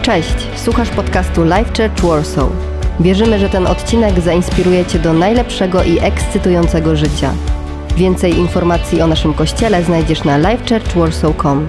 Cześć, słuchasz podcastu Life Church Warsaw. Wierzymy, że ten odcinek zainspiruje Cię do najlepszego i ekscytującego życia. Więcej informacji o naszym kościele znajdziesz na lifechurchwarsaw.com.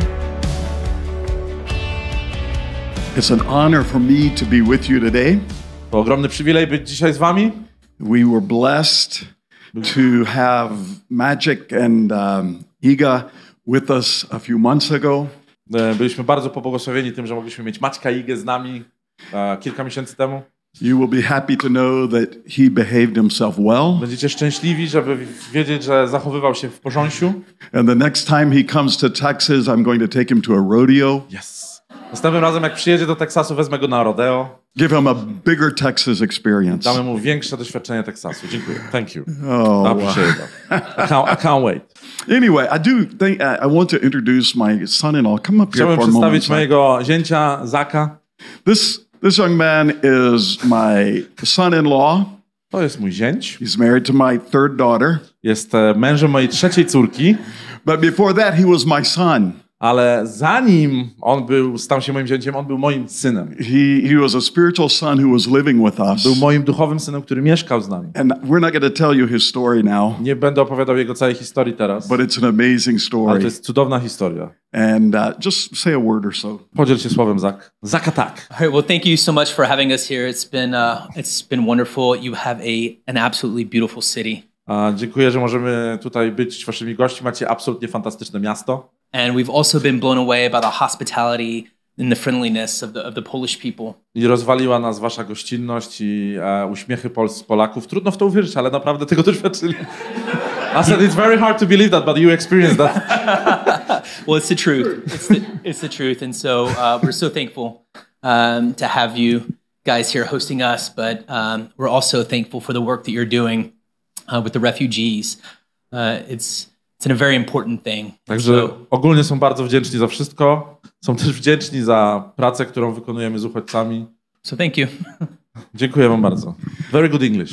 It's an honor for me to be with you today. To ogromny przywilej być dzisiaj z wami. We were blessed to have Magic and Iga with us a few months ago. Byliśmy bardzo pobłogosławieni tym, że mogliśmy mieć Maćka i Igę z nami kilka miesięcy temu. You will be happy to know that he behaved himself well. Będziecie szczęśliwi, żeby wiedzieć, że zachowywał się w porządku. And the next time he comes to Texas, I'm going to take him to a rodeo. Yes. Następnym razem, jak przyjedzie do Teksasu, wezmę go na rodeo. Give him a bigger Texas experience. Damy mu większe doświadczenie Teksasu. Dziękuję. Thank you. Oh, Appreciate that. I can't wait. Anyway, I do think I want to introduce my son-in-law. Come up here Chciałbym for a moment. przedstawić mojego zięcia, Zaka. This young man is my son-in-law. To jest mój zięć. He's married to my third daughter. Jest mężem mojej trzeciej córki. But before that, he was my son. Ale zanim on stał się moim zięciem, on był moim synem. He was a spiritual son who was living with us. Był moim duchowym synem, który mieszkał z nami. And we're not going to tell you his story now. Nie będę opowiadał jego całej historii teraz. But it's an amazing Ale story. to jest cudowna historia. And just say a word or so. Podziel się słowem, Zak. Zaka tak. All right, well, thank you so much for having us here. It's been wonderful. You have an absolutely beautiful city. Dziękuję, że możemy tutaj być waszymi gośćmi. Macie absolutnie fantastyczne miasto. And we've also been blown away by the hospitality and the friendliness of the Polish people. I rozwaliła nas wasza gościnność i uśmiechy Polaków. Trudno w to uwierzyć, ale naprawdę tego doświadczyli. I said it's very hard to believe that, but you experienced that. Well, it's the truth. It's the truth, and so we're so thankful to have you guys here hosting us. But we're also thankful for the work that you're doing with the refugees. It's a very important thing. Także ogólnie są bardzo wdzięczni za wszystko. Są też wdzięczni za pracę, którą wykonujemy z uchodźcami. So thank you. Dziękuję wam bardzo. Very good English.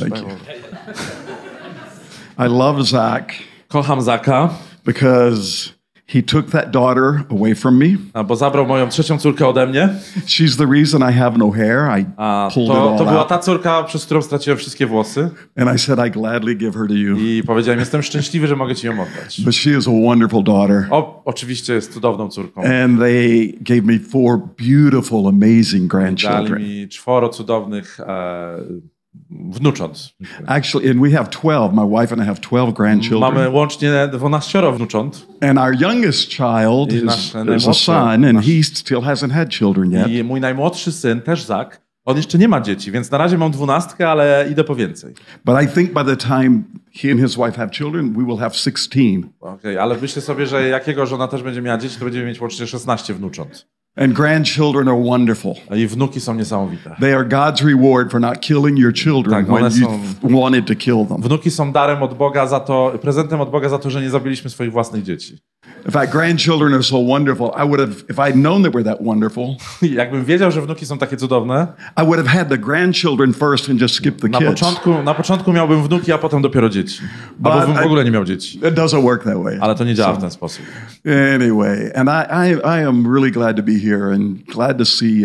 I love Zach Kocham Zaka, because he took that daughter away from me. bo zabrał moją trzecią córkę ode mnie. She's the reason I have no hair. I pulled it all To była out. ta córka, przez którą straciłem wszystkie włosy. And I said I gladly give her to you. I powiedziałem, jestem szczęśliwy, że mogę ci ją oddać. But she is a wonderful daughter. Oczywiście jest cudowną córką. And they gave me 4 beautiful, amazing Dali grandchildren. mi 4 cudownych wnucząt. Actually, and we have 12. My wife and I have 12 grandchildren. Mamy łącznie 12 wnucząt. And our youngest child is a son, and he still hasn't had children yet. I mój najmłodszy syn, też Zak, on jeszcze nie ma dzieci, więc na razie mam 12, ale idę po więcej. But I think by the time he and his wife have children, we will have 16. Okej, ale myślę sobie, że jak jego żona też będzie miała dzieci, to będziemy mieć łącznie 16 wnucząt. And grandchildren are wonderful. I wnuki są niesamowite. They are God's reward for not killing your children Tak, one when you są- wanted to kill them. Wnuki są darem od Boga prezentem od Boga za to, że nie zabiliśmy swoich własnych dzieci. In fact, grandchildren are so wonderful. I would have, if I'd known they were that wonderful, I jakbym wiedział, że wnuki są takie cudowne, I would have had the grandchildren first and just skip the kids. na początku miałbym wnuki, a potem dopiero dzieci. Albo bym w ogóle nie miał dzieci. It doesn't work that way. Ale to nie działa w ten sposób. Anyway, and I am really glad to be here and glad to see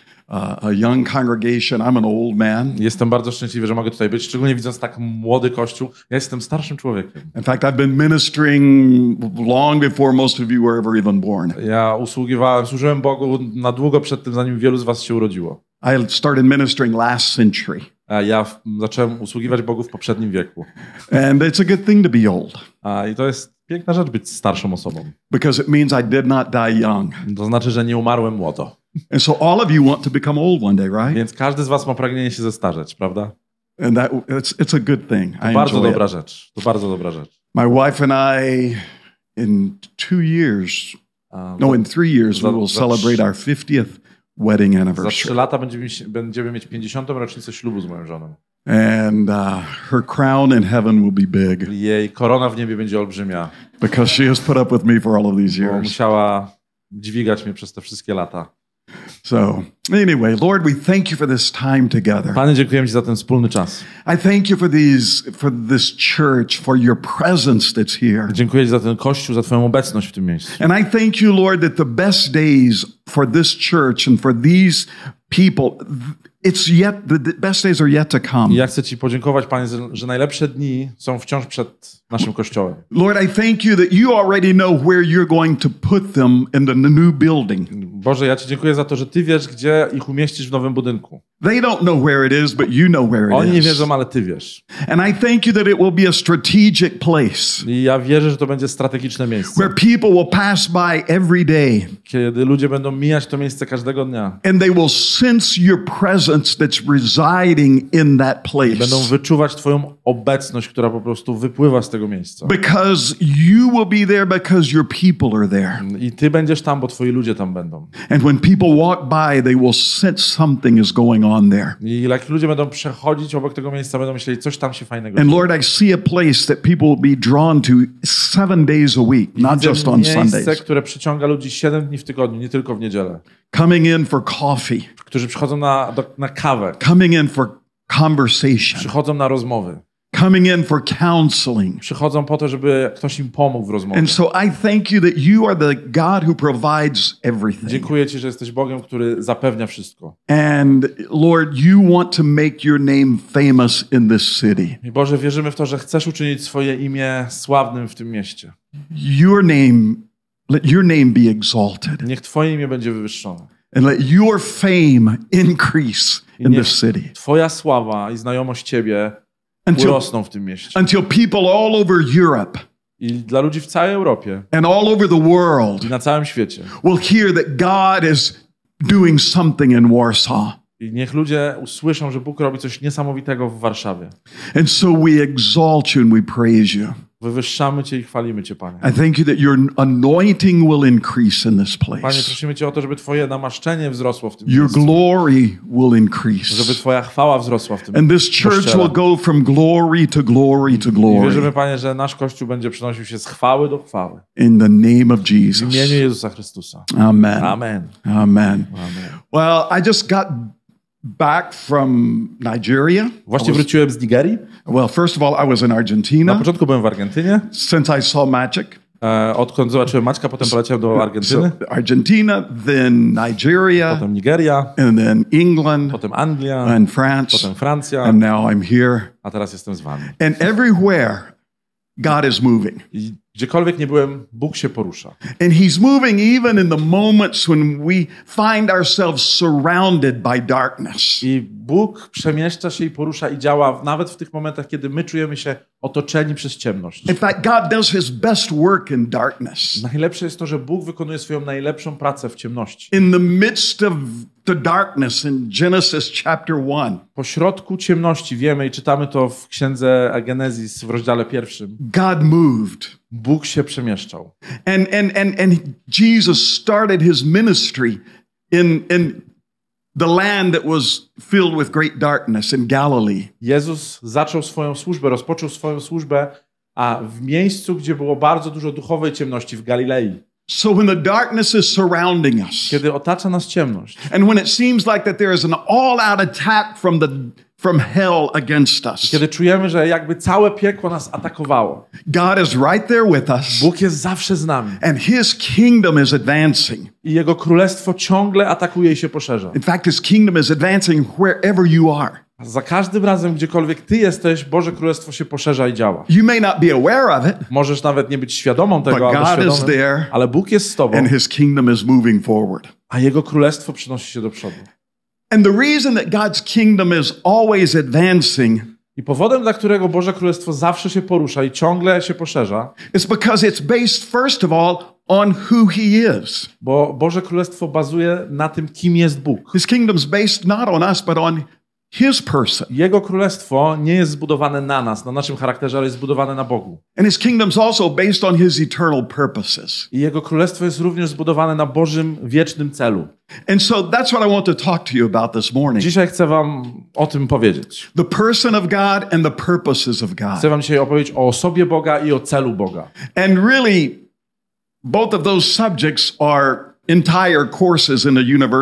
a young congregation. I'm an old man. Jestem bardzo szczęśliwy, że mogę tutaj być, szczególnie widząc tak młody kościół. Ja jestem starszym człowiekiem. In fact, I've been ministering long before most of you were ever even born. Ja służyłem Bogu na długo przed tym, zanim wielu z was się urodziło. I started ministering last century. Ja zacząłem usługiwać Bogu w poprzednim wieku. And it's a good thing to be old I to jest piękna rzecz być starszą osobą. because it means I did not die young. To znaczy, że nie umarłem młodo. And so all of you want to become old one day, right? Więc każdy z was ma pragnienie się zestarzeć, prawda? And it's a good thing. To I bardzo enjoy dobra it. rzecz. To bardzo dobra rzecz. My wife and I, in 2 years, in 3 years, we will celebrate our 50th wedding Za 3 anniversary. lata będziemy mieć 50. rocznicę ślubu z moją żoną. And her crown in heaven will be big Jej korona w niebie będzie olbrzymia, because she has put up with me for all of these bo years. musiała dźwigać mnie przez te wszystkie lata. So anyway, Lord, we thank you for this time together. Panie, dziękujemy Ci za ten wspólny czas. I thank you for this church, for your presence that's here. Dziękuję Ci za ten Kościół, za Twoją obecność w tym miejscu. And I thank you, Lord, that the best days for this church and for these people. The best days are yet to come. I ja chcę Ci podziękować, Panie, że najlepsze dni są wciąż przed naszym Kościołem. Lord, I thank you that you already know where you're going to put them in the new building. Boże, ja Ci dziękuję za to, że Ty wiesz, gdzie ich umieścisz w nowym budynku. They don't know where it is, but you know where it Oni nie is. wiedzą, ale Ty wiesz. And I thank you that it will be a strategic place I ja wierzę, że to będzie strategiczne miejsce, where people will pass by every day kiedy ludzie będą mijać to miejsce każdego dnia. and they will sense your presence that's residing in that place. Będą wyczuwać Twoją obecność, która po prostu wypływa z tego miejsca. Because you will be there because your people are there. I Ty będziesz tam, bo Twoi ludzie tam będą. And when people walk by, they will sense something is going on there. I jak ludzie będą przechodzić obok tego miejsca, będą myśleli, coś tam się fajnego And dzieje. Lord, I see a place that people will be drawn to 7 days a week, not Widzę just on miejsce, Sundays. które przyciąga ludzi 7 dni w tygodniu, nie tylko w niedzielę. Coming in for coffee, Którzy przychodzą na kawę, coming in for conversation, przychodzą na rozmowy, coming in for counseling. przychodzą po to, żeby ktoś im pomógł w rozmowie. And so I thank you that you are the God who provides everything. Dziękuję Ci, że jesteś Bogiem, który zapewnia wszystko. And Lord, you want to make your name famous in this city. I Boże, wierzymy w to, że chcesz uczynić swoje imię sławnym w tym mieście. Let your name be exalted. Niech Twoje imię będzie wywyższone. And let your fame increase in niech this city. Twoja sława i znajomość Ciebie urosną w tym mieście. Until people all over Europe I dla ludzi w całej Europie and all over the world i na całym świecie. will hear that God is doing something in Warsaw. I niech ludzie usłyszą, że Bóg robi coś niesamowitego w Warszawie. And so we exalt you and we praise you. Wywyższamy Cię i chwalimy Cię, Panie. I thank you that your anointing will increase in this Panie, place. prosimy Cię o to, żeby Twoje namaszczenie wzrosło w tym Your miejscu. glory will increase. Żeby Twoja chwała wzrosła w tym And this church kościele. will go from glory to glory to I glory. wierzymy, Panie, że nasz Kościół będzie przenosił się z chwały do chwały. In the name of W Jesus. imieniu Jezusa Chrystusa. Amen. Amen. Amen. Amen. Well, I just got back from Nigeria. Właśnie wróciłem z Nigerii. Well, first of all, I was in Na Argentina początku byłem w Argentynie. since I saw Magic. Odkąd zobaczyłem Maćka, potem poleciałem do Argentyny. So Argentina, then Nigeria, Potem Nigeria. and then England, Potem Anglia. and France, Potem Francja. and now I'm here. A teraz jestem z Wami. And everywhere, God is moving. I gdziekolwiek nie byłem, Bóg się porusza. And He's moving even in the moments when we find ourselves surrounded by darkness. I Bóg przemieszcza się i porusza i działa nawet w tych momentach, kiedy my czujemy się otoczeni przez ciemność. In fact, God does His best work in darkness. Najlepsze jest to, że Bóg wykonuje swoją najlepszą pracę w ciemności. In the midst of the darkness in Genesis chapter 1, Po środku ciemności wiemy i czytamy to w księdze Genezis w rozdziale 1. God moved. Bóg się przemieszczał. And Jesus started His ministry in the land that was filled with great darkness in Galilee. Jezus zaczął swoją służbę, rozpoczął swoją służbę, a w miejscu, gdzie było bardzo dużo duchowej ciemności, w Galilei. So when the darkness is surrounding us, Kiedy otacza nas ciemność and when it seems like that there is an all-out attack from hell against us, kiedy czujemy, że jakby całe piekło nas atakowało, God is right there with us, Bóg jest zawsze z nami and His kingdom is advancing. i Jego królestwo ciągle atakuje i się poszerza. In fact, His kingdom is advancing wherever you are. A za każdym razem, gdziekolwiek Ty jesteś, Boże Królestwo się poszerza i działa. You may not be aware of it, Możesz nawet nie być świadomą but tego, albo God is świadomym, there, ale Bóg jest z Tobą, and His kingdom is moving forward. a Jego Królestwo przynosi się do przodu. And the reason that God's kingdom is always advancing I powodem, dla którego Boże Królestwo zawsze się porusza i ciągle się poszerza, is because it's based, first of all, on who He is. bo Boże Królestwo bazuje na tym, kim jest Bóg. His kingdom's based not on us, but on His person. Jego Królestwo nie jest zbudowane na nas, na naszym charakterze, ale jest zbudowane na Bogu. And His kingdom's also based on His eternal purposes. I Jego Królestwo jest również zbudowane na Bożym wiecznym celu. And so that's what I want to talk to you about this morning. Dzisiaj chcę wam o tym powiedzieć. The person of God and the purposes of God. Chcę wam dzisiaj opowiedzieć o osobie Boga i o celu Boga. And really, both of those subjects are entire courses in a university.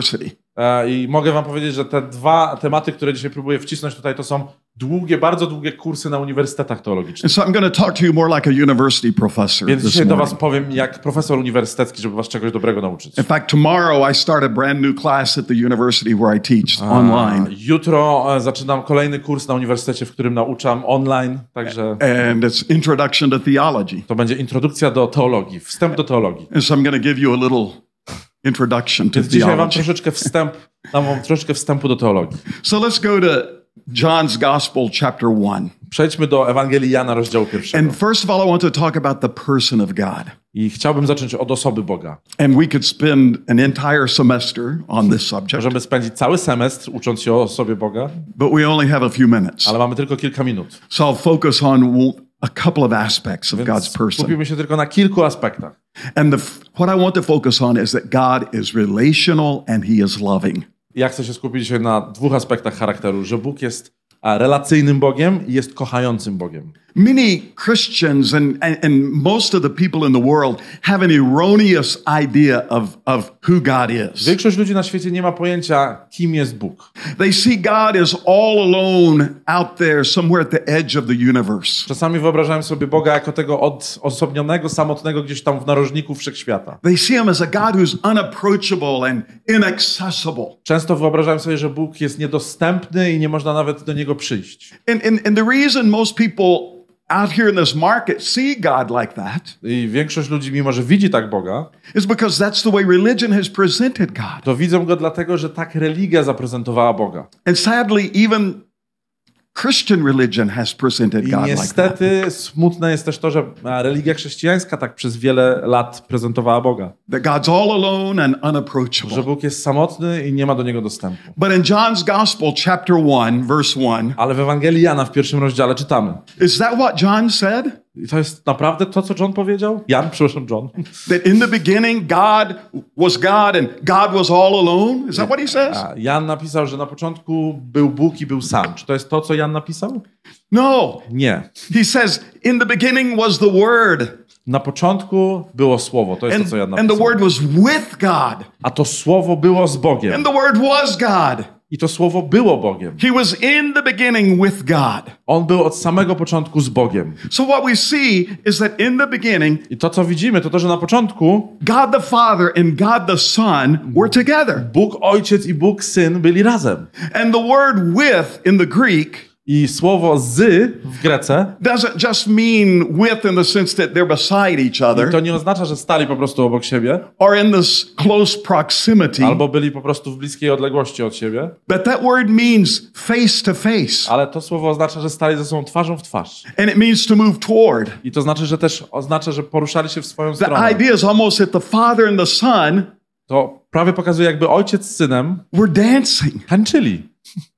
I mogę wam powiedzieć, że te dwa tematy, które dzisiaj próbuję wcisnąć tutaj, to są długie, bardzo długie kursy na uniwersytetach teologicznych. And so I'm going to talk to you more like a university professor Więc this dzisiaj do was morning. powiem jak profesor uniwersytecki, żeby was czegoś dobrego nauczyć. In fact, tomorrow I start a brand new class at the university where I teach online. Jutro zaczynam kolejny kurs na uniwersytecie, w którym nauczam online, także And it's Introduction to Theology. to będzie introdukcja do teologii, wstęp do teologii. And so I'm going to give you a little introduction to Więc dzisiaj wam theology. dam wam troszeczkę wstępu do teologii. So let's go to John's Gospel, chapter 1. Przejdźmy do Ewangelii Jana, rozdziału 1. And first of all, I want to talk about the person of God. I chciałbym zacząć od osoby Boga. And we could spend an entire semester on this subject, Możemy spędzić cały semestr ucząc się o osobie Boga, but we only have a few minutes. ale mamy tylko kilka minut. So I'll focus on a couple of aspects of God's Więc person. skupimy się tylko na kilku aspektach. And what I want to focus on is that God is relational and he is loving. Ja chcę się skupić dzisiaj na dwóch aspektach charakteru, że Bóg jest relacyjnym Bogiem i jest kochającym Bogiem. Many Christians and most of the people in the world have an erroneous idea of who God is. Większość ludzi na świecie nie ma pojęcia, kim jest Bóg. They see God as all alone out there somewhere at the edge of the universe. Czasami wyobrażają sobie Boga jako tego odosobnionego, samotnego gdzieś tam w narożniku wszechświata. They see him as a God who's unapproachable and inaccessible. Często wyobrażają sobie, że Bóg jest niedostępny i nie można nawet do Niego przyjść. And the reason most people out here in this market see God like that I większość ludzi, mimo że widzi tak Boga, is because that's the way religion has presented God. to widzą Go dlatego, że tak religia zaprezentowała Boga. And sadly, even Christian religion has presented I God like that. niestety smutne jest też to, że religia chrześcijańska tak przez wiele lat prezentowała Boga. That God's all alone and Że unapproachable. Bóg jest samotny i nie ma do Niego dostępu. But in John's Gospel, chapter 1, verse 1, Ale w Ewangelii Jana w 1 rozdziale czytamy. is that what John said? I to jest naprawdę to, co John powiedział? John. That in the beginning, God was God and God was all alone? Is that what he says? A Jan napisał, że na początku był Bóg i był sam. Czy to jest to, co Jan napisał? No. Nie. He says, in the beginning was the Word. Na początku było Słowo. To jest to, co Jan And the napisał. Word was with God. A to Słowo było z Bogiem. And the Word was God. I to Słowo było Bogiem. He was in the beginning with God. On był od samego początku z Bogiem. So what we see is that in the beginning, I to, co widzimy, to to, że na początku God the Father and God the Son were together. Bóg Ojciec i Bóg Syn byli razem. And the word with in the Greek I słowo z w Grece doesn't just mean with in the sense that they're beside each to other nie oznacza, że stali po prostu obok siebie or in this close proximity, albo byli po prostu w bliskiej odległości od siebie, but that word means face to face. ale to słowo oznacza, że stali ze sobą twarzą w twarz. And it means to move toward. I to znaczy, że też oznacza, że poruszali się w swoją The stronę. idea is almost that the Father and the Son To prawie pokazuje, jakby ojciec z synem were dancing. tańczyli.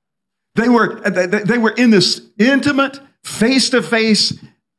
They were in this intimate, face-to-face,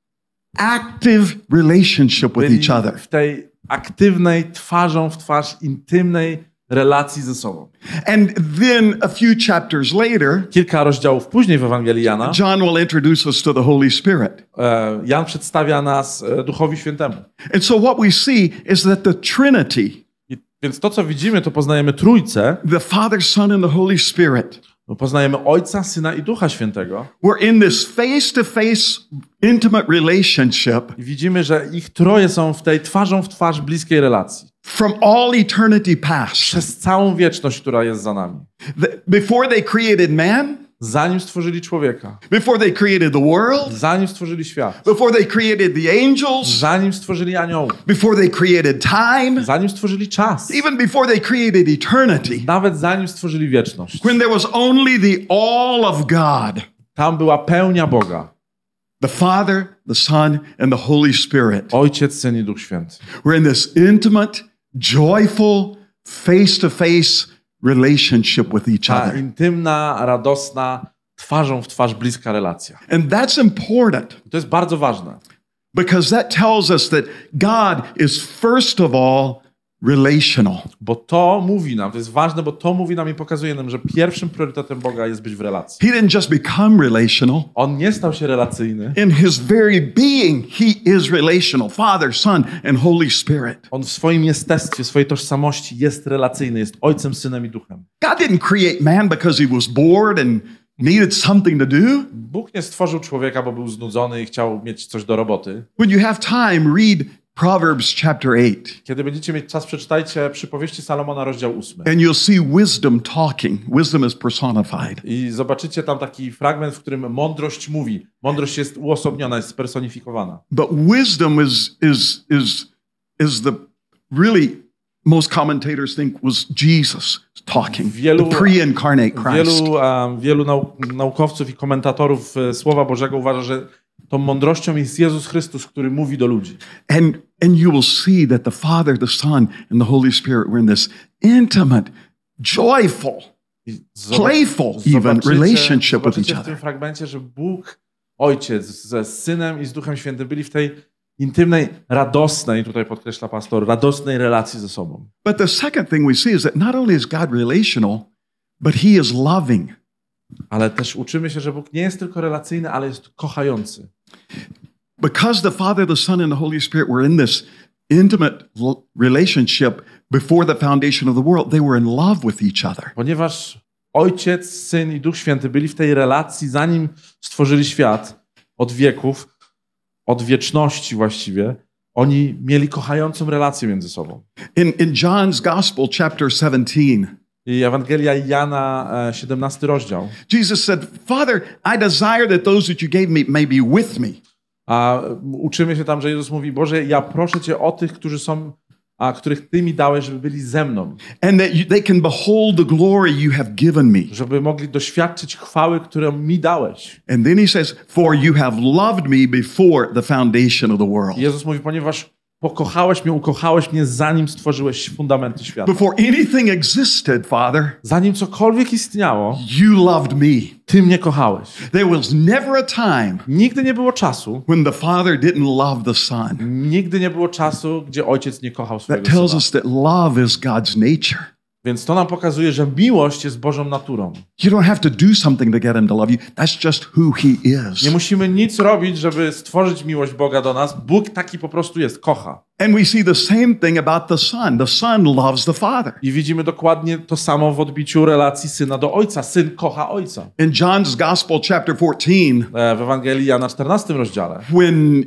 active relationship with Byli each other. w tej aktywnej, twarzą w twarz, intymnej relacji ze sobą. And then a few chapters later, Kilka rozdziałów później w Ewangelii Jana John will introduce us to the Holy Spirit. Jan przedstawia nas Duchowi Świętemu. And so what we see is that the Trinity, Więc to, co widzimy, to poznajemy Trójcę, the Father, Son, and the Holy Spirit, poznajemy Ojca, Syna i Ducha Świętego. were in this face-to-face, intimate relationship I widzimy, że ich troje są w tej twarzą w twarz bliskiej relacji. from all eternity past. Przez całą wieczność, która jest za nami. Before they created man, Zanim stworzyli człowieka, before they created the world, zanim stworzyli świat, before they created the angels, zanim stworzyli aniołów, before they created time, zanim stworzyli czas, even before they created eternity, nawet zanim stworzyli wieczność. when there was only the all of God, Tam była pełnia Boga. the Father, the Son, and the Holy Spirit. Ojciec, Syn i Duch Święty. We're in this intimate, joyful, face-to-face relationship with each Ta other. intymna, radosna, twarzą w twarz bliska relacja. And that's important To jest bardzo ważne, because that tells us that God is first of all relational. Bo to mówi nam, to jest ważne, bo to mówi nam i pokazuje nam, że pierwszym priorytetem Boga jest być w relacji. He didn't just become relational. On nie stał się relacyjny. In his very being, he is relational. Father, Son, and Holy Spirit. On w swoim jestestwie, w swojej tożsamości jest relacyjny, jest Ojcem, Synem i Duchem. God didn't create man because he was bored and needed something to do. Bóg nie stworzył człowieka, bo był znudzony i chciał mieć coś do roboty. When you have time, read Proverbs chapter 8. Kiedy będziecie mieć czas, przeczytajcie Przypowieści Salomona, rozdział 8. And you'll see wisdom talking. Wisdom is personified. I zobaczycie tam taki fragment, w którym mądrość mówi. Mądrość jest uosobniona, jest spersonifikowana. But wisdom is the really most commentators think was Jesus talking. The pre-incarnate Christ. Wielu naukowców i komentatorów Słowa Bożego uważa, że tą mądrością jest Jezus Chrystus, który mówi do ludzi. And you will see that the Father, the Son, and the Holy Spirit were in this intimate, joyful, playful even relationship with each w tym other. fragmencie, że Bóg, Ojciec ze Synem i z Duchem Świętym byli w tej intymnej, radosnej, tutaj podkreśla pastor, radosnej relacji ze sobą. But the second thing we see is that not only is God relational, but He is loving. Ale też uczymy się, że Bóg nie jest tylko relacyjny, ale jest kochający. Because the Father, the Son, and the Holy Spirit were in this intimate relationship before the foundation of the world, they were in love with each other. Ponieważ Ojciec, Syn i Duch Święty byli w tej relacji, zanim stworzyli świat, od wieków, od wieczności właściwie, oni mieli kochającą relację między sobą. In John's Gospel, chapter 17, I Ewangelia Jana, 17 rozdział. Jesus said, Father, I desire that those that you gave me may be with me. A uczymy się tam, że Jezus mówi, Boże, ja proszę Cię o tych, którzy są, których Ty mi dałeś, żeby byli ze mną. And that they can behold the glory you have given me. Żeby mogli doświadczyć chwały, którą mi dałeś. And then he says, for you have loved me before the foundation of the world. Jezus mówi, ponieważ pokochałeś mnie, ukochałeś mnie, zanim stworzyłeś fundamenty świata. Before anything existed, Father, zanim cokolwiek istniało, you loved me. Ty mnie kochałeś. There was never a time Nigdy nie było czasu, when the Father didn't love the Son. Nigdy nie było czasu, gdzie Ojciec nie kochał That swojego tells Syna. us that love is God's nature. Więc to nam pokazuje, że miłość jest Bożą naturą. You don't have to do something to get him to love you. That's just who he is. Nie musimy nic robić, żeby stworzyć miłość Boga do nas. Bóg taki po prostu jest, kocha. And we see the same thing about the Son. The Son loves the Father. I widzimy dokładnie to samo w odbiciu relacji Syna do Ojca. Syn kocha Ojca. In John's Gospel, chapter 14, W Ewangelii Jana 14 rozdziale, when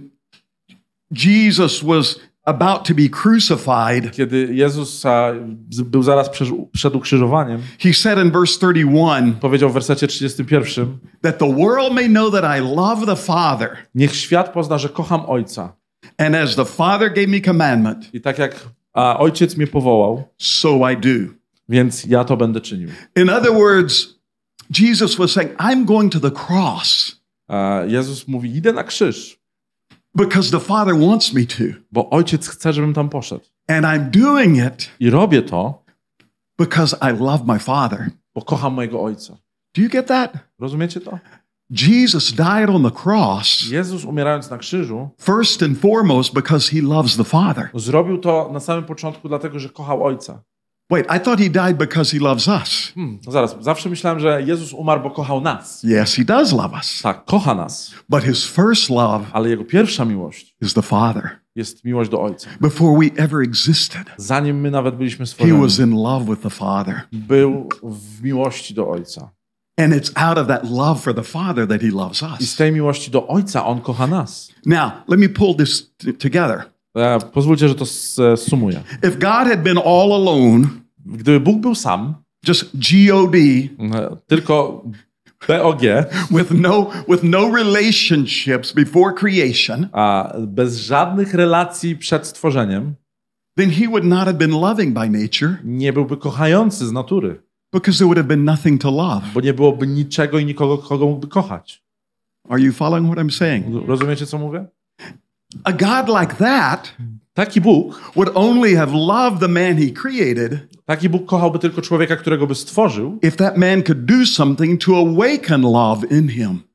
Jesus was about to be crucified, kiedy Jezus był zaraz przed ukrzyżowaniem, he said in verse 31, powiedział w wersecie 31, that the world may know that I love the Father, niech świat pozna, że kocham Ojca. and as the Father gave me commandment, I tak jak Ojciec mnie powołał, so I do. więc ja to będę czynił. In other words, Jesus was saying, I'm going to the cross Jezus mówi, idę na krzyż, because the Father wants me to. bo Ojciec chce, żebym tam poszedł. And I'm doing it I robię to, because I love my Father. bo kocham mojego Ojca. Do you get that? Rozumiecie to? Jesus died on the cross Jezus, umierając na krzyżu, first and foremost because he loves the Father. zrobił to na samym początku dlatego, że kochał Ojca. Wait, I thought he died because he loves us. Zaraz, zawsze myślałem, że Jezus umarł, bo kochał nas. Yes, he does love us. Tak, kocha nas, But his first love ale Jego pierwsza miłość is the Father. jest miłość do Ojca. Before we ever existed, Zanim my nawet byliśmy he stworzeni, was in love with the Father. był w miłości do Ojca. And it's out of that love for the Father that he loves I z us. tej miłości do Ojca On kocha nas. Now, let me pull this together. Pozwólcie, że to sumuję. If God had been all alone, Gdyby Bóg był sam, just G-O-D, tylko BOG, with no relationships before creation, a bez żadnych relacji przed stworzeniem, then he would not have been loving by nature nie byłby kochający z natury, because there would have been nothing to love. bo nie byłoby niczego i nikogo, kogo mógłby kochać. Are you following what I'm saying? Rozumiecie, co mówię? A God like that Taki Bóg, would only have loved the man he created taki Bóg kochałby tylko człowieka, którego by stworzył, if that man could do something to awaken love in him.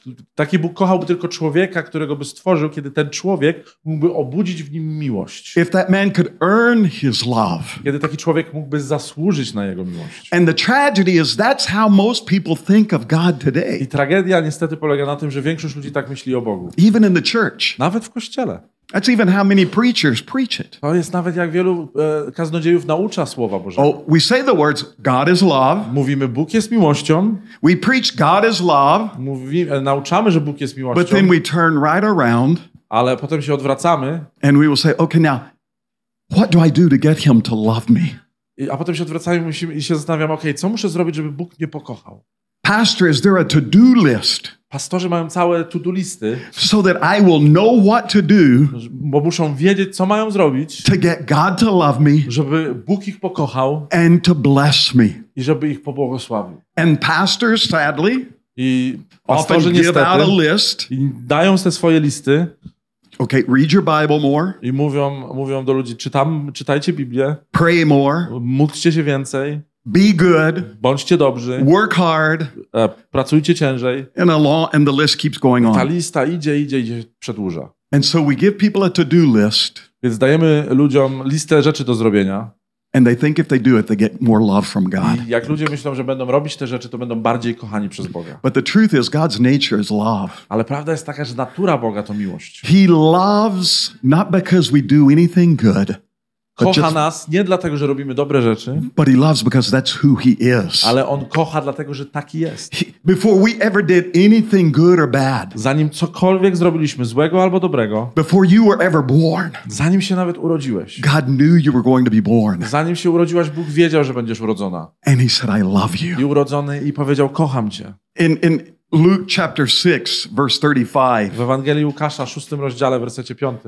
Taki Bóg kochałby tylko człowieka, którego by stworzył, kiedy ten człowiek mógłby obudzić w nim miłość. If that man could earn his love. Kiedy taki człowiek mógłby zasłużyć na jego miłość. And the tragedy is that's how most people think of God today. I tragedia niestety polega na tym, że większość ludzi tak myśli o Bogu. Even in the church. Nawet w kościele. That's even how many preachers preach it. To jest nawet jak wielu kaznodziejów naucza Słowa Bożego. Oh, we say the words, God is love. Mówimy, Bóg jest miłością. We preach God is love. Nauczamy, że Bóg jest But miłością. then we turn right around. Ale potem się odwracamy. And we will say, okay, now, what do I do to get him to love me? A potem się odwracamy i się zastanawiamy, okej, co muszę zrobić, żeby Bóg mnie pokochał? Pastor, is there a to-do list? Pastorzy mają całe to-do listy, so that I will know what to do bo muszą wiedzieć, co mają zrobić, to get God to love me żeby Bóg ich pokochał and to bless me. i żeby ich pobłogosławił. And pastors, sadly, I often pastorzy give out a niestety list. i dają te swoje listy Okay, read your Bible more, i mówią do ludzi, czytajcie Biblię, pray more, módlcie się więcej, be good, bądźcie dobrzy, work hard, pracujcie ciężej. and the list keeps going Ta on. lista idzie, przedłuża. And so we give people a to-do list, Więc dajemy ludziom listę rzeczy do zrobienia. and they think if they do it, they get more love from God. I jak ludzie myślą, że będą robić te rzeczy, to będą bardziej kochani przez Boga. But the truth is, God's nature is love. Ale prawda jest taka, że natura Boga to miłość. He loves not because we do anything good, Kocha nas nie dlatego, że robimy dobre rzeczy, but he loves because that's who he is. ale On kocha dlatego, że taki jest. Before we ever did anything good or bad, Zanim cokolwiek zrobiliśmy, złego albo dobrego, before you were ever born, zanim się nawet urodziłeś, God knew you were going to be born. zanim się urodziłaś, Bóg wiedział, że będziesz urodzona. And he said, I love I you. urodzony i powiedział, kocham cię. In Luke chapter 6, verse 35, W Ewangelii Łukasza, 6 rozdziale, wersecie 5,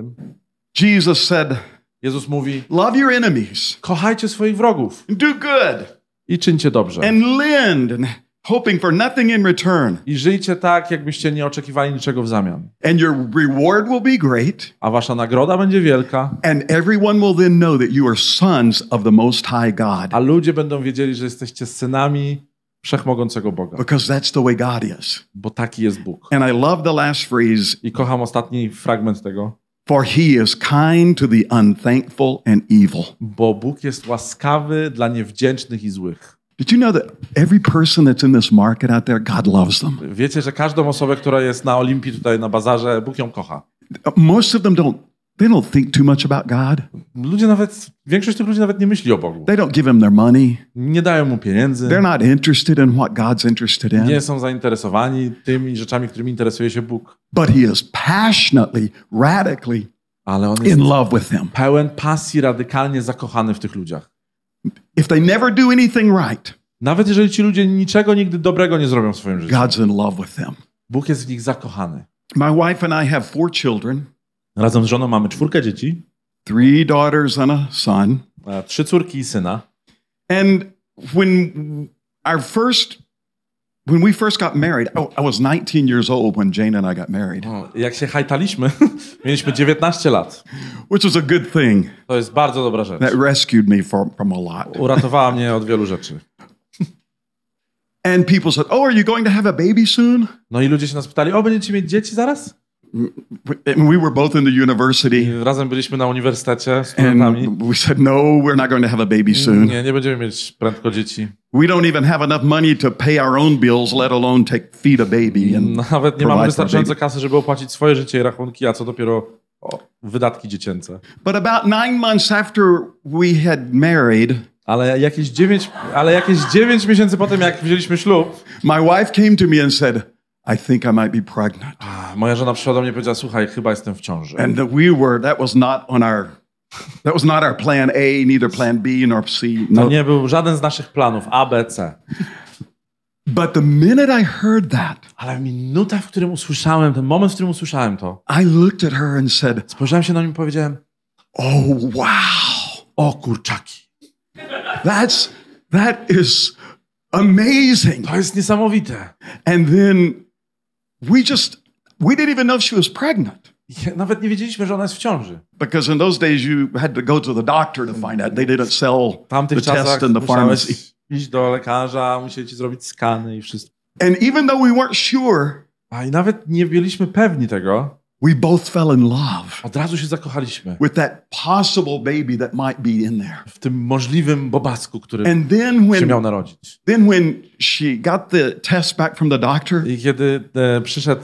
Jesus said, Jezus mówi, love your enemies, kochajcie swoich wrogów do good, i czyńcie dobrze. and lend, and hoping for nothing in return. I żyjcie tak, jakbyście nie oczekiwali niczego w zamian. And your reward will be great, A wasza nagroda będzie wielka, and everyone will then know that you are sons of the Most High God, a ludzie będą wiedzieli, że jesteście synami Wszechmogącego Boga. because that's the way God is. Bo taki jest Bóg. And I love the last phrase, I kocham ostatni fragment tego. for he is kind to the unthankful and evil. Bo Bóg jest łaskawy dla niewdzięcznych i złych. Did you know that every person that's in this market out there, God loves them? Wiecie, że każdą osobę, która jest na Olimpii tutaj na bazarze, Bóg ją kocha. Most of them don't think too much about God. Większość tych ludzi nawet nie myśli o Bogu. They don't give him their money. Nie dają mu pieniędzy. They're not interested in what God's interested in. Nie są zainteresowani tymi rzeczami, którymi interesuje się Bóg. But he is passionately, radically Ale on jest in love with them. pełen pasji, radykalnie zakochany w tych ludziach. If they never do anything right, Nawet jeżeli ci ludzie niczego nigdy dobrego nie zrobią w swoim życiu. God's in love with them. Bóg jest w nich zakochany. My wife and I have 4 children, Razem z żoną mamy 4 dzieci, 3 daughters and a son. 3 córki i syna. And when we first got married, I was 19 years old when Jane and I got married, Jak się hajtaliśmy, mieliśmy 19 lat. which was a good thing. To jest bardzo dobra rzecz. That rescued me from a lot. Uratowała mnie od wielu rzeczy. And people said, "Oh, are you going to have a baby soon?" No i ludzie się nas pytali, będziecie mieć dzieci zaraz? And we were both in the I university, razem byliśmy na uniwersytecie z studentami. and we said, "No, we're not going to have a baby soon. Nie będziemy mieć prędko dzieci. We don't even have enough money to pay our own bills, let alone feed a baby." And Nawet nie mamy provide for a wystarczająco baby. kasy, żeby opłacić swoje życie i rachunki, a co dopiero wydatki dziecięce. But about 9 months after we had married, Ale jakieś 9 miesięcy po tym, jak wzięliśmy ślub, my wife came to me and said, "I think I might be pregnant." moja żona przyszła do mnie i powiedziała, słuchaj, chyba jestem w ciąży. And that was not our plan A, neither plan B nor C. To No. nie był żaden z naszych planów, A, B, C. But the minute I heard that, Ale minuta, w którym usłyszałem, ten moment, w którym usłyszałem to, I looked at her and said, spojrzałem się na nią i powiedziałem, "Oh, wow. o kurczaki, That is amazing." to jest niesamowite. And then we didn't even know if she was pregnant, Nawet nie wiedzieliśmy, że ona jest w ciąży. because in those days you had to go to the doctor to find out. They didn't sell W tamtych the test czasach in the pharmacy. musiałeś iść do lekarza, musieli ci zrobić skany i wszystko. And even though we weren't sure, A i nawet nie byliśmy pewni tego, We both fell in love od razu się zakochaliśmy with that possible baby that might be in there. w tym możliwym bobasku, który And then się miał when narodzić. she got the test back from the doctor, I kiedy przyszedł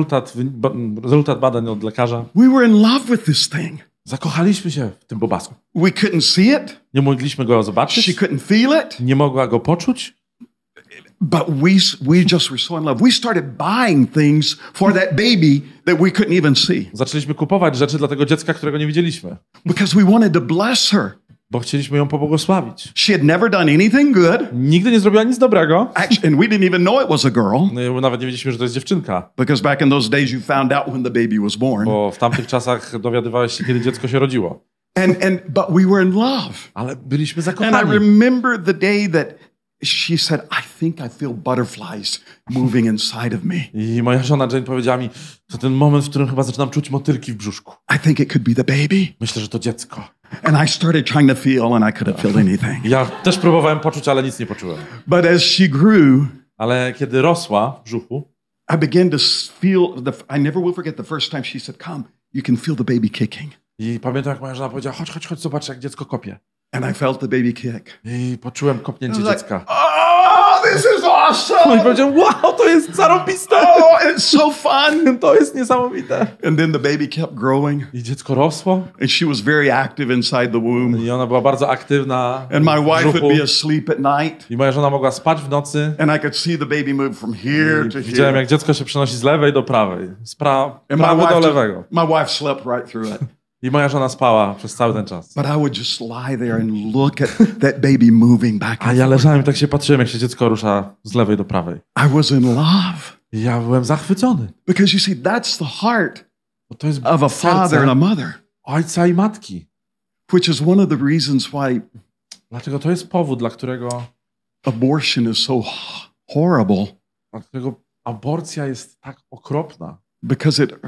rezultat badań od lekarza, we were in love with this thing. zakochaliśmy się w tym bobasku. We couldn't see it. Nie mogliśmy go She zobaczyć, couldn't feel it. nie mogła go poczuć, But we just were so in love. We started buying things for that baby that we couldn't even see zaczęliśmy kupować rzeczy dla tego dziecka, którego nie widzieliśmy, because we wanted to bless her. bo chcieliśmy ją pobłogosławić. She had never done anything good. Nigdy nie zrobiła nic dobrego. Actually, and we didn't even know it was a girl No, nawet nie wiedzieliśmy, że to jest dziewczynka, because back in those days you found out when the baby was born. bo w tamtych czasach dowiadywałeś się, kiedy dziecko się rodziło. But we were in love. Ale byliśmy And I zakochani. remember the day that she said, I think I feel butterflies moving inside of me. I moja żona Jane powiedziała mi, to ten moment, w którym chyba zaczynam czuć motylki w brzuszku. I think it could be the baby. Myślę, że to dziecko. And I started trying to feel and I couldn't feel anything. Ja też próbowałem poczuć, ale nic nie poczułem. But as she grew, Ale kiedy rosła w brzuchu, I began to feel I never will forget the first time she said, come, you can feel the baby kicking. i pamiętam, jak moja żona powiedziała, chodź, zobacz, jak dziecko kopie. And I felt the baby kick. I poczułem kopnięcie I was like, dziecka. oh, this is No i awesome. powiedziałem, wow, to jest zarąbiste! Oh, it's so fun. To jest niesamowite. And then the baby kept growing. I dziecko rosło And she was very active inside the womb. i ona była bardzo aktywna And my w wife brzuchu. would be asleep at night. I moja żona mogła spać w nocy. And I could see the baby move from here to I widziałem, here. jak dziecko się przenosi z lewej do prawej. Z And prawy do lewego. my wife slept right through it. I moja żona spała przez cały ten czas. But I would just lie there and look at that baby moving back A and ja forth. leżałem i tak się patrzyłem, jak się dziecko rusza z lewej do prawej. I was in love. I ja byłem zachwycony. Because you see, that's the heart Bo to jest of a father and a serce mother, ojca i matki. which is one of the reasons why Dlaczego to jest powód, dla którego abortion is so horrible, aborcja jest tak okropna. because it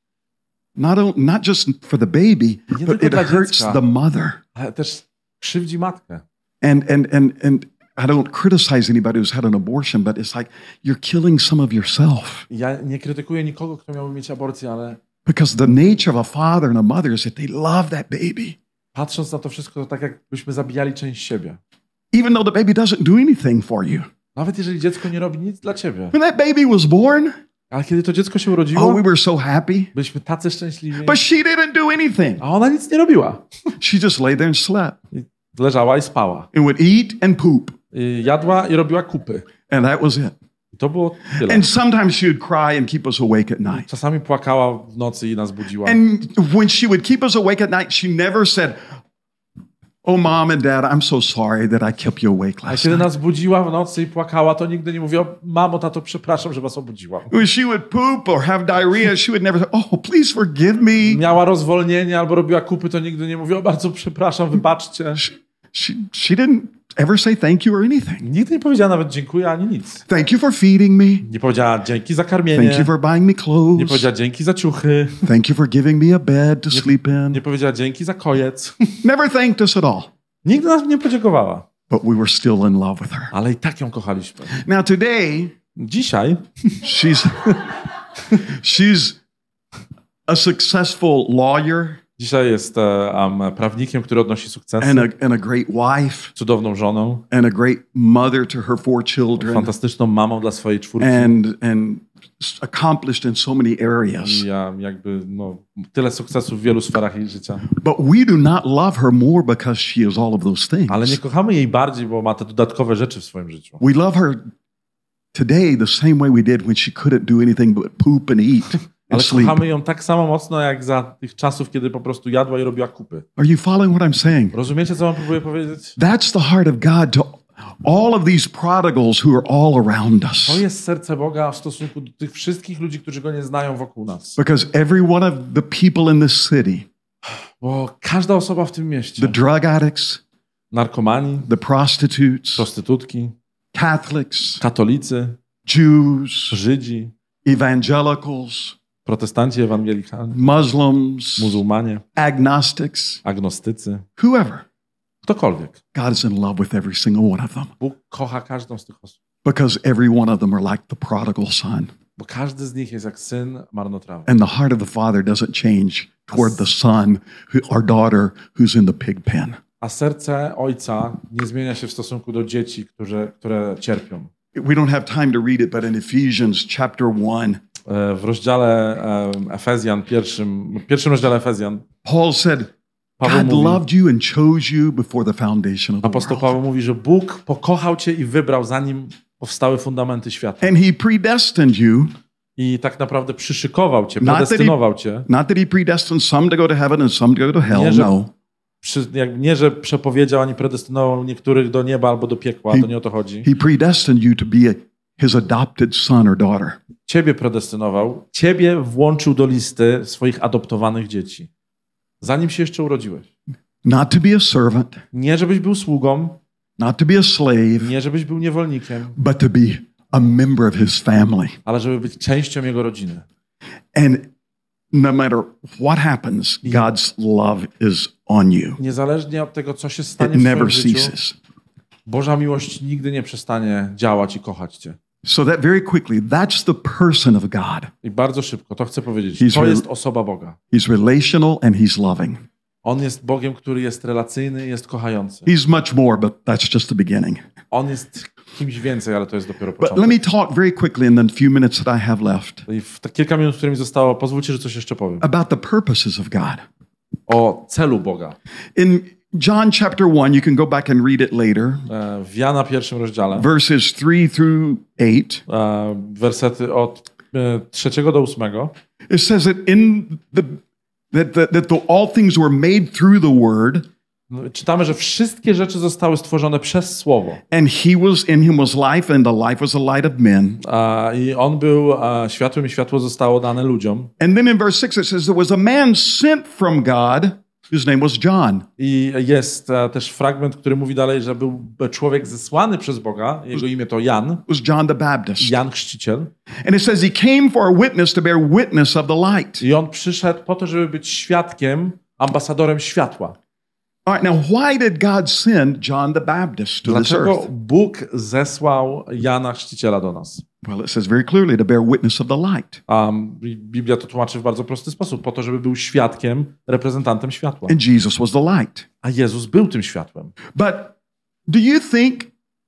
not just for the baby, Nie but tylko it dla hurts dziecka. the mother. Ale też krzywdzi matkę. And I don't criticize anybody who's had an abortion, but it's like you're killing some of yourself. Ja nie krytykuję nikogo, kto miałby mieć aborcję, ale Because the nature of a father and a mother is that they love that baby. patrząc na to wszystko, to tak jakbyśmy zabijali część siebie. Even though the baby doesn't do anything for you. Nawet jeżeli dziecko nie robi nic dla ciebie. When that baby was born, Ale kiedy to dziecko się oh, urodziło, we were so happy. byliśmy tacy szczęśliwi. But she didn't do anything. A ona nic nie robiła. She just lay there and slept I leżała i spała. and would eat and poop. I jadła i robiła kupy. And that was it. I to było tyle. And sometimes she would cry and keep us awake at night. Czasami płakała w nocy i nas budziła. And when she would keep us awake at night, she never said, oh, mom and dad, I'm so sorry that I kept you awake A last kiedy night. nas budziła w nocy i płakała, to nigdy nie mówiła, mamo, tato, przepraszam, że was obudziłam. When she would poop or have diarrhea, she would never say, oh, please forgive me. Miała rozwolnienie albo robiła kupy, to nigdy nie mówiła, bardzo przepraszam, wybaczcie. She didn't ever say thank you or anything. Nigdy nie powiedziała nawet dziękuję ani nic. Thank you for feeding me. Nie powiedziała dzięki za karmienie. Thank you for buying me Nie clothes. powiedziała dzięki za ciuchy. Thank you for giving me a bed to sleep Nie in. powiedziała dzięki za kojec. Never thanked us at all. Nigdy nas nie podziękowała. But we were still in love with her. Ale i tak ją kochaliśmy. Now today, Dzisiaj she's a successful lawyer Dzisiaj jest prawnikiem, który odnosi sukcesy. and a great wife Cudowną żoną. and a great mother to her 4 children Fantastyczną mamą dla swojej czwórki. and accomplished in so many areas. I jakby tyle sukcesów w wielu sferach jej życia. But we do not love her more because she is all of those things. Ale nie kochamy jej bardziej, bo ma te dodatkowe rzeczy w swoim życiu. We love her today the same way we did when she couldn't do anything but poop and eat Ale and sleep. kochamy ją tak samo mocno, jak za tych czasów, kiedy po prostu jadła i robiła kupy. Are you following what I'm saying? Rozumiecie, co wam próbuję powiedzieć? That's the heart of God to all of these prodigals who are all around us. To jest serce Boga w stosunku do tych wszystkich ludzi, którzy Go nie znają wokół nas. Because every one of the people in this city, Bo każda osoba w tym the mieście, drug addicts, narkomani, the prostitutes, prostytutki, Catholics, katolicy, Jews, Żydzi, evangelicals, protestanci ewangelikalni, Muslims, muzułmanie, agnostics, agnostycy, whoever, ktokolwiek. God is in love with every single one of them. Bóg kocha każdą z tych osób. Because every one of them are like the prodigal son. Bo każdy z nich jest jak syn marnotrawy. And the heart of the Father doesn't change toward the son or daughter who's in the pig pen. A serce ojca nie zmienia się w stosunku do dzieci, które cierpią. We don't have time to read it, but in Ephesians chapter 1, W rozdziale Efezjan, pierwszym rozdziale Efezjan, Paul said, Paweł God mówi, loved you and chose you before the foundation of the apostoł world. Paweł mówi, że Bóg pokochał cię i wybrał, zanim powstały fundamenty świata. And he predestined you, I tak naprawdę przyszykował cię, Not that he- predestynował cię. not that he predestined some to go to heaven and some to go to hell, Nie, że- no. Nie, że przepowiedział ani predestynował niektórych do nieba albo do piekła, to nie o to chodzi. He predestined you to be his adopted son or daughter. Ciebie predestynował, ciebie włączył do listy swoich adoptowanych dzieci. Zanim się jeszcze urodziłeś. Not to be a servant, Nie, żebyś był sługą, not to be a slave, nie, żebyś był niewolnikiem, but to be a member of his family. ale żeby być częścią jego rodziny. And no matter what happens, God's love is on you. Niezależnie od tego, co się stanie It w never twoim życiu, ceases. Boża miłość nigdy nie przestanie działać i kochać cię. So that very quickly, that's the person of God. I bardzo szybko, to chcę powiedzieć, He's to real- jest osoba Boga. He's relational and he's loving. On jest Bogiem, który jest relacyjny, jest kochający. He's much more, but that's just the beginning. On jest kimś więcej, ale to jest dopiero But let początek. me talk very quickly in the few minutes that I have left I w te kilka minut, które mi zostało, pozwólcie, że coś jeszcze powiem. about the purposes of God. O celu Boga. In John chapter 1, you can go back and read it later, W Jana pierwszym rozdziale, verses 3 through 8. wersety od 3 do 8. It says that all things were made through the word, Czytamy, że wszystkie rzeczy zostały stworzone przez Słowo. and in him was life, and the life was the light of men. I on był światłem i światło zostało dane ludziom. And then in verse 6 it says there was a man sent from God, whose name was John. I jest też fragment, który mówi dalej, że był człowiek zesłany przez Boga. Jego imię to Jan. It was John the Baptist. Jan Chrzciciel. And it says he came for a witness to bear witness of the light. I on przyszedł po to, żeby być świadkiem, ambasadorem światła. All right, now why did God send John the Baptist to this Dlaczego earth? Bóg zesłał Jana Chrzciciela do nas? Well, it says very clearly to bear witness of the light. Biblia to tłumaczy w bardzo prosty sposób, po to, żeby był świadkiem, reprezentantem światła. And Jesus was the light. A Jezus był tym światłem. But do you think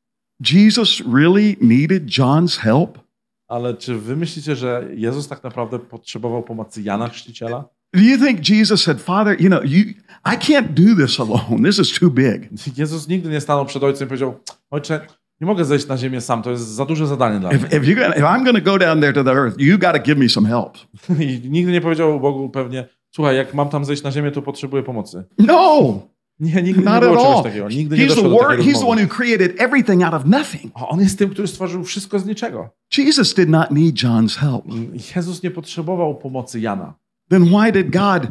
Jesus really needed John's help? Ale czy wy myślicie, że Jezus tak naprawdę potrzebował pomocy Jana Chrzciciela? Do you think Jesus said, Father, I can't do this alone. This is too big. Jezus nigdy nie stanął przed Ojcem i powiedział: Ojcze, nie mogę zejść na ziemię sam, to jest za duże zadanie dla mnie. If I'm going to go down there to the earth, you got to give me some help. I nigdy nie powiedział Bogu pewnie: słuchaj, jak mam tam zejść na ziemię, to potrzebuję pomocy. No, Nie, nigdy nie not było at czegoś all. takiego. Nigdy nie He's the doszło do Word. takiej He's the rozmowy. one who created everything out of nothing. A On jest tym, który stworzył wszystko z niczego. Jesus did not need John's help. Jezus nie potrzebował pomocy Jana. Then why did God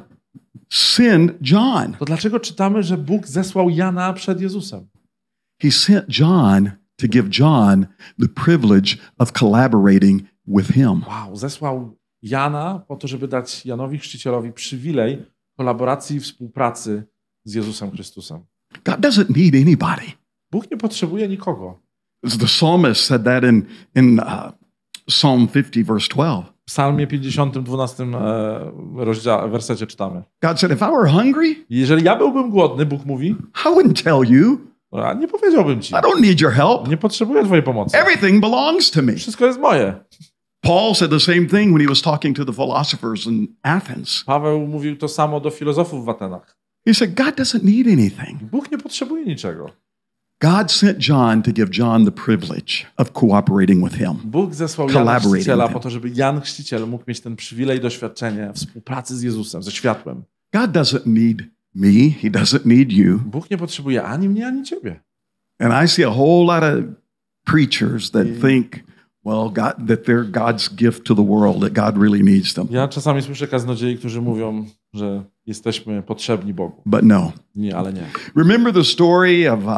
send John? To dlaczego czytamy, że Bóg zesłał Jana przed Jezusem? He sent John to give John the privilege of collaborating with him. Wow, zesłał Jana po to, żeby dać Janowi Chrzcicielowi przywilej kolaboracji i współpracy z Jezusem Chrystusem. God doesn't need anybody. Bóg nie potrzebuje nikogo. The psalmist said that in Psalm 50, verse 12. W Psalmie 50, 12 wersecie czytamy: God said, if I were hungry, jeżeli ja byłbym głodny, Bóg mówi, I wouldn't tell you. a nie powiedziałbym ci. I don't need your help. Nie potrzebuję twojej pomocy. Everything belongs to me. Wszystko jest moje. Paul said the same thing when he was talking to the philosophers in Athens. Paweł mówił to samo do filozofów w Atenach. He said, God doesn't need anything. Bóg nie potrzebuje niczego. God sent John to give John the privilege of cooperating with him. Bóg zesłał Jana Collaborating Chrzciciela with him. po to, żeby Jan Chrzciciel mógł mieć ten przywilej, doświadczenie współpracy z Jezusem, ze światłem. God doesn't need me. He doesn't need you. Bóg nie potrzebuje ani mnie, ani ciebie. And I see a whole lot of preachers that think, well, that they're God's gift to the world, that God really needs them. Ja czasami słyszę kaznodziei, którzy mówią, że jesteśmy potrzebni Bogu. But no. Nie, ale nie. Remember the story of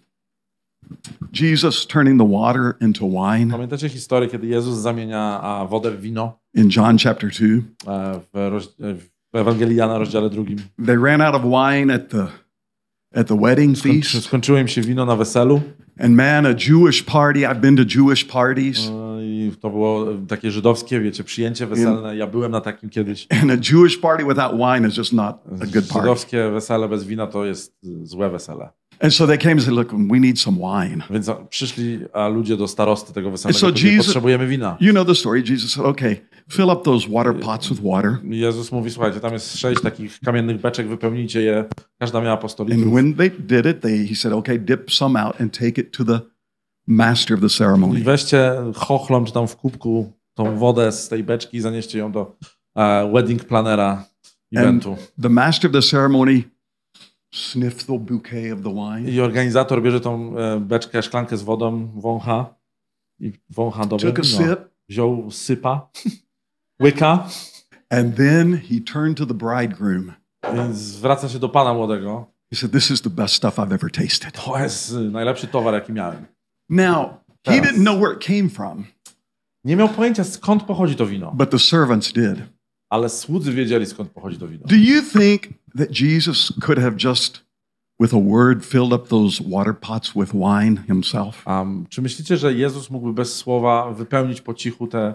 Jesus turning the water into wine Pamiętacie historię, kiedy Jezus zamienia wodę w wino in John chapter 2? w Ewangelii Jana, rozdziale 2? They ran out of wine at the wedding feast. Skończyło im się wino na weselu. And man, a Jewish party, I've been to Jewish parties. I to było takie żydowskie, wiecie, przyjęcie weselne. Ja byłem na takim kiedyś. And a Jewish party without wine is just not a good party. Żydowskie wesele bez wina to jest złe wesele. And so they came and said, look, we need some wine. Więc przyszli ludzie do starosty tego weselnego, So powiedzieli, Jesus- potrzebujemy wina. You know the story. Jesus said, okay, fill up those water pots with water. Jezus mówi, słuchajcie, tam jest 6 takich kamiennych beczek, wypełnijcie je, każda miała po 100 And litrów. when they did it, he said, okay, dip some out and take it to the master of the I ceremony. weźcie chochlą, czy tam w kubku tą wodę z tej beczki i zanieście ją do wedding planera eventu. The master of the ceremony sniffed the bouquet of the wine, I organizator bierze tą beczkę, szklankę z wodą, wącha i wącha dobre took a wino. sip, Wziął sypa, łyka and then he turned to the bridegroom. i zwraca się do pana młodego. He said, this is the best stuff I've ever tasted. To jest najlepszy towar, jaki miałem. Now, he Yes. didn't know where it came from, Nie miał pojęcia, skąd pochodzi to wino, but the servants did. ale słudzy wiedzieli, skąd pochodzi to wino. Do you think that Jesus could have just, with a word, filled up those water pots with wine himself? Czy myślicie, że Jezus mógłby bez słowa wypełnić po cichu te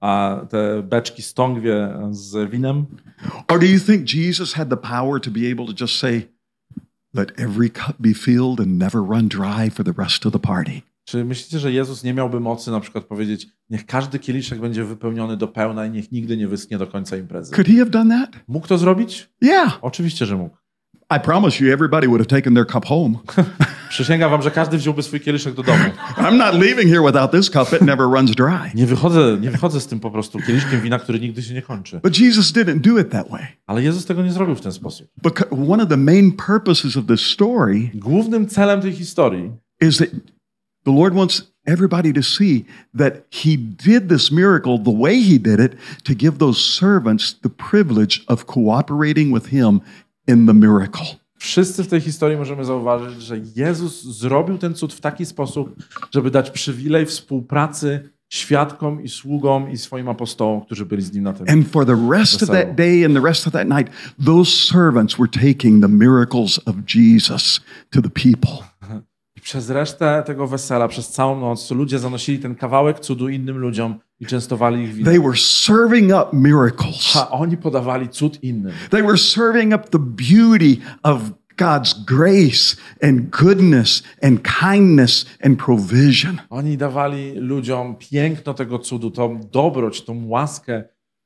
beczki stągwie z winem? Or do you think Jesus had the power to be able to just say, let every cup be filled and never run dry for the rest of the party? Czy myślicie, że Jezus nie miałby mocy na przykład powiedzieć, niech każdy kieliszek będzie wypełniony do pełna i niech nigdy nie wyschnie do końca imprezy? Could he have done that? Mógł to zrobić? Yeah. Oczywiście, że mógł. I promise you, everybody would have taken their cup home. Przysięgam wam, że każdy wziąłby swój kieliszek do domu. I'm not leaving here without this cup. It never runs dry. Nie wychodzę z tym po prostu kieliszkiem wina, który nigdy się nie kończy. But Jesus didn't do it that way. Ale Jezus tego nie zrobił w ten sposób. One of the main purposes of this story Głównym celem tej historii is that the Lord wants everybody to see that he did this miracle the way he did it to give those servants the privilege of cooperating with him in the miracle. Wszyscy w tej historii możemy zauważyć, że Jezus zrobił ten cud w taki sposób, żeby dać przywilej współpracy świadkom i sługom i swoim apostołom, którzy byli z nim na tym. And for the rest of that day and the rest of that night, those servants were taking the miracles of Jesus to the people. I przez resztę tego wesela, przez całą noc, ludzie zanosili ten kawałek cudu innym ludziom i częstowali ich winem. They were serving up miracles. A oni podawali cud innym. They were serving up the beauty of God's grace and goodness and kindness and provision. Oni dawali ludziom piękno tego cudu, tą dobroć, tą łaskę,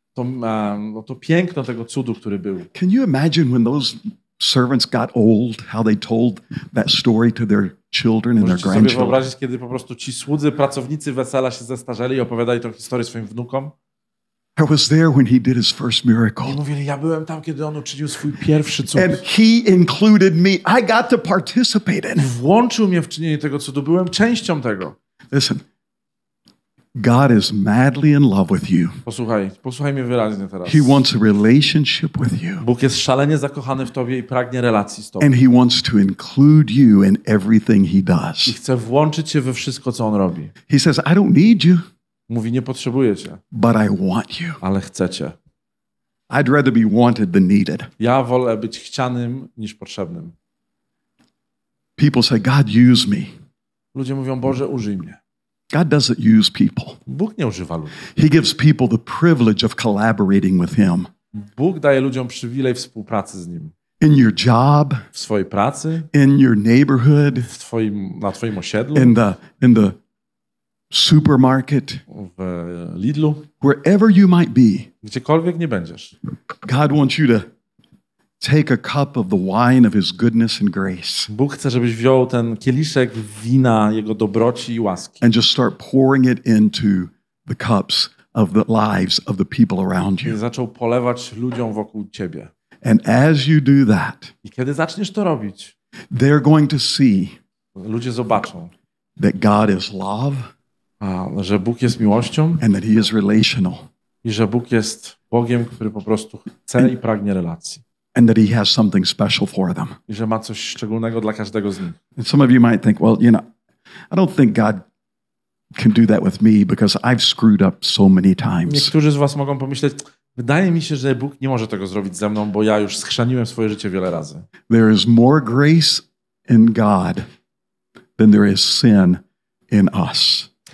to piękno tego cudu, który był. Can you imagine when those servants got old, how they told that story to their children and their Możecie sobie grandchildren? wyobrazić, kiedy po prostu ci słudzy, pracownicy wesela się zestarzeli i opowiadali tę historię swoim wnukom. I was there when he did his first I miracle. mówili, ja byłem tam, kiedy on uczynił swój pierwszy cud. And he included me. I got to participate in it. Włączył mnie w czynienie tego cudu, byłem częścią tego. Listen, God is madly in love with you. Posłuchaj mnie wyraźnie teraz. He wants a relationship with you. Bóg jest szalenie zakochany w tobie i pragnie relacji z tobą. And he wants to include you in everything he I does. chce włączyć cię we wszystko, co on robi. He says, I don't need you, Mówi, nie potrzebuję cię, but I want you. ale chcę cię. I'd rather be wanted than needed. Ja wolę być chcianym niż potrzebnym. People say, God, use me. Ludzie mówią, Boże, użyj mnie. God doesn't use people. Bóg nie używa ludzi. He gives people the privilege of collaborating with him. Bóg daje ludziom przywilej współpracy z Nim. In your job, W swojej pracy, in your neighborhood, na twoim osiedlu, in the supermarket, w Lidlu, wherever you might be. gdziekolwiek nie będziesz. God wants you to take a cup of the wine of his goodness and grace Bóg chce, żebyś wziął ten kieliszek wina Jego dobroci i łaski and just start pouring it into the cups of the lives of the people around i you. zaczął polewać ludziom wokół ciebie. And as you do that, I kiedy zaczniesz to robić, they're going to see ludzie zobaczą, that God is love że Bóg jest miłością and that he is relational i że Bóg jest Bogiem, który po prostu chce i pragnie relacji. and that he has something special for them. I że ma coś szczególnego dla każdego z nich. And some of you might think, well, I don't think God can do that with me because I've screwed up so many times. Niektórzy z was mogą pomyśleć, wydaje mi się, że Bóg nie może tego zrobić ze mną, bo ja już schrzaniłem swoje życie wiele razy. There is more grace in God than there is sin in us.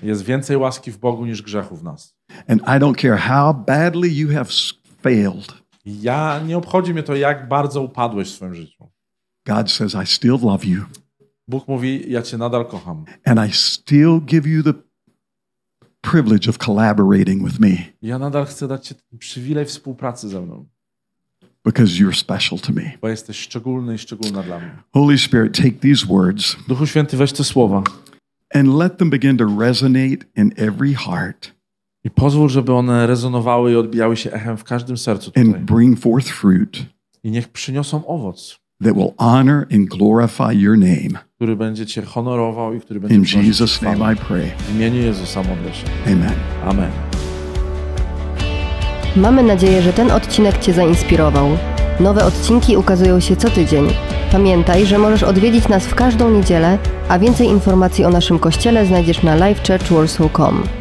Jest więcej łaski w Bogu niż grzechu w nas. And I don't care how badly you have failed. Nie obchodzi mnie to, jak bardzo upadłeś w swoim życiu. God says, I still love you. Bóg mówi, ja cię nadal kocham. And I still give you the privilege of collaborating with me. Ja nadal chcę dać ci ten przywilej współpracy ze mną. Because you're special to me. Bo jesteś szczególny i szczególna dla mnie. Holy Spirit, take these words Duchu Święty, weź te słowa and let them begin to resonate in every heart i pozwól, żeby one rezonowały i odbijały się echem w każdym sercu and tutaj. bring forth fruit I niech przyniosą owoc, that will honor and glorify your name. który będzie cię honorował i który będzie In przynosił Jesus' chwałę. name I pray. W imieniu Jezusa modlę się. Amen. Amen. Mamy nadzieję, że ten odcinek Cię zainspirował. Nowe odcinki ukazują się co tydzień. Pamiętaj, że możesz odwiedzić nas w każdą niedzielę, a więcej informacji o naszym kościele znajdziesz na livechurchwarsaw.com.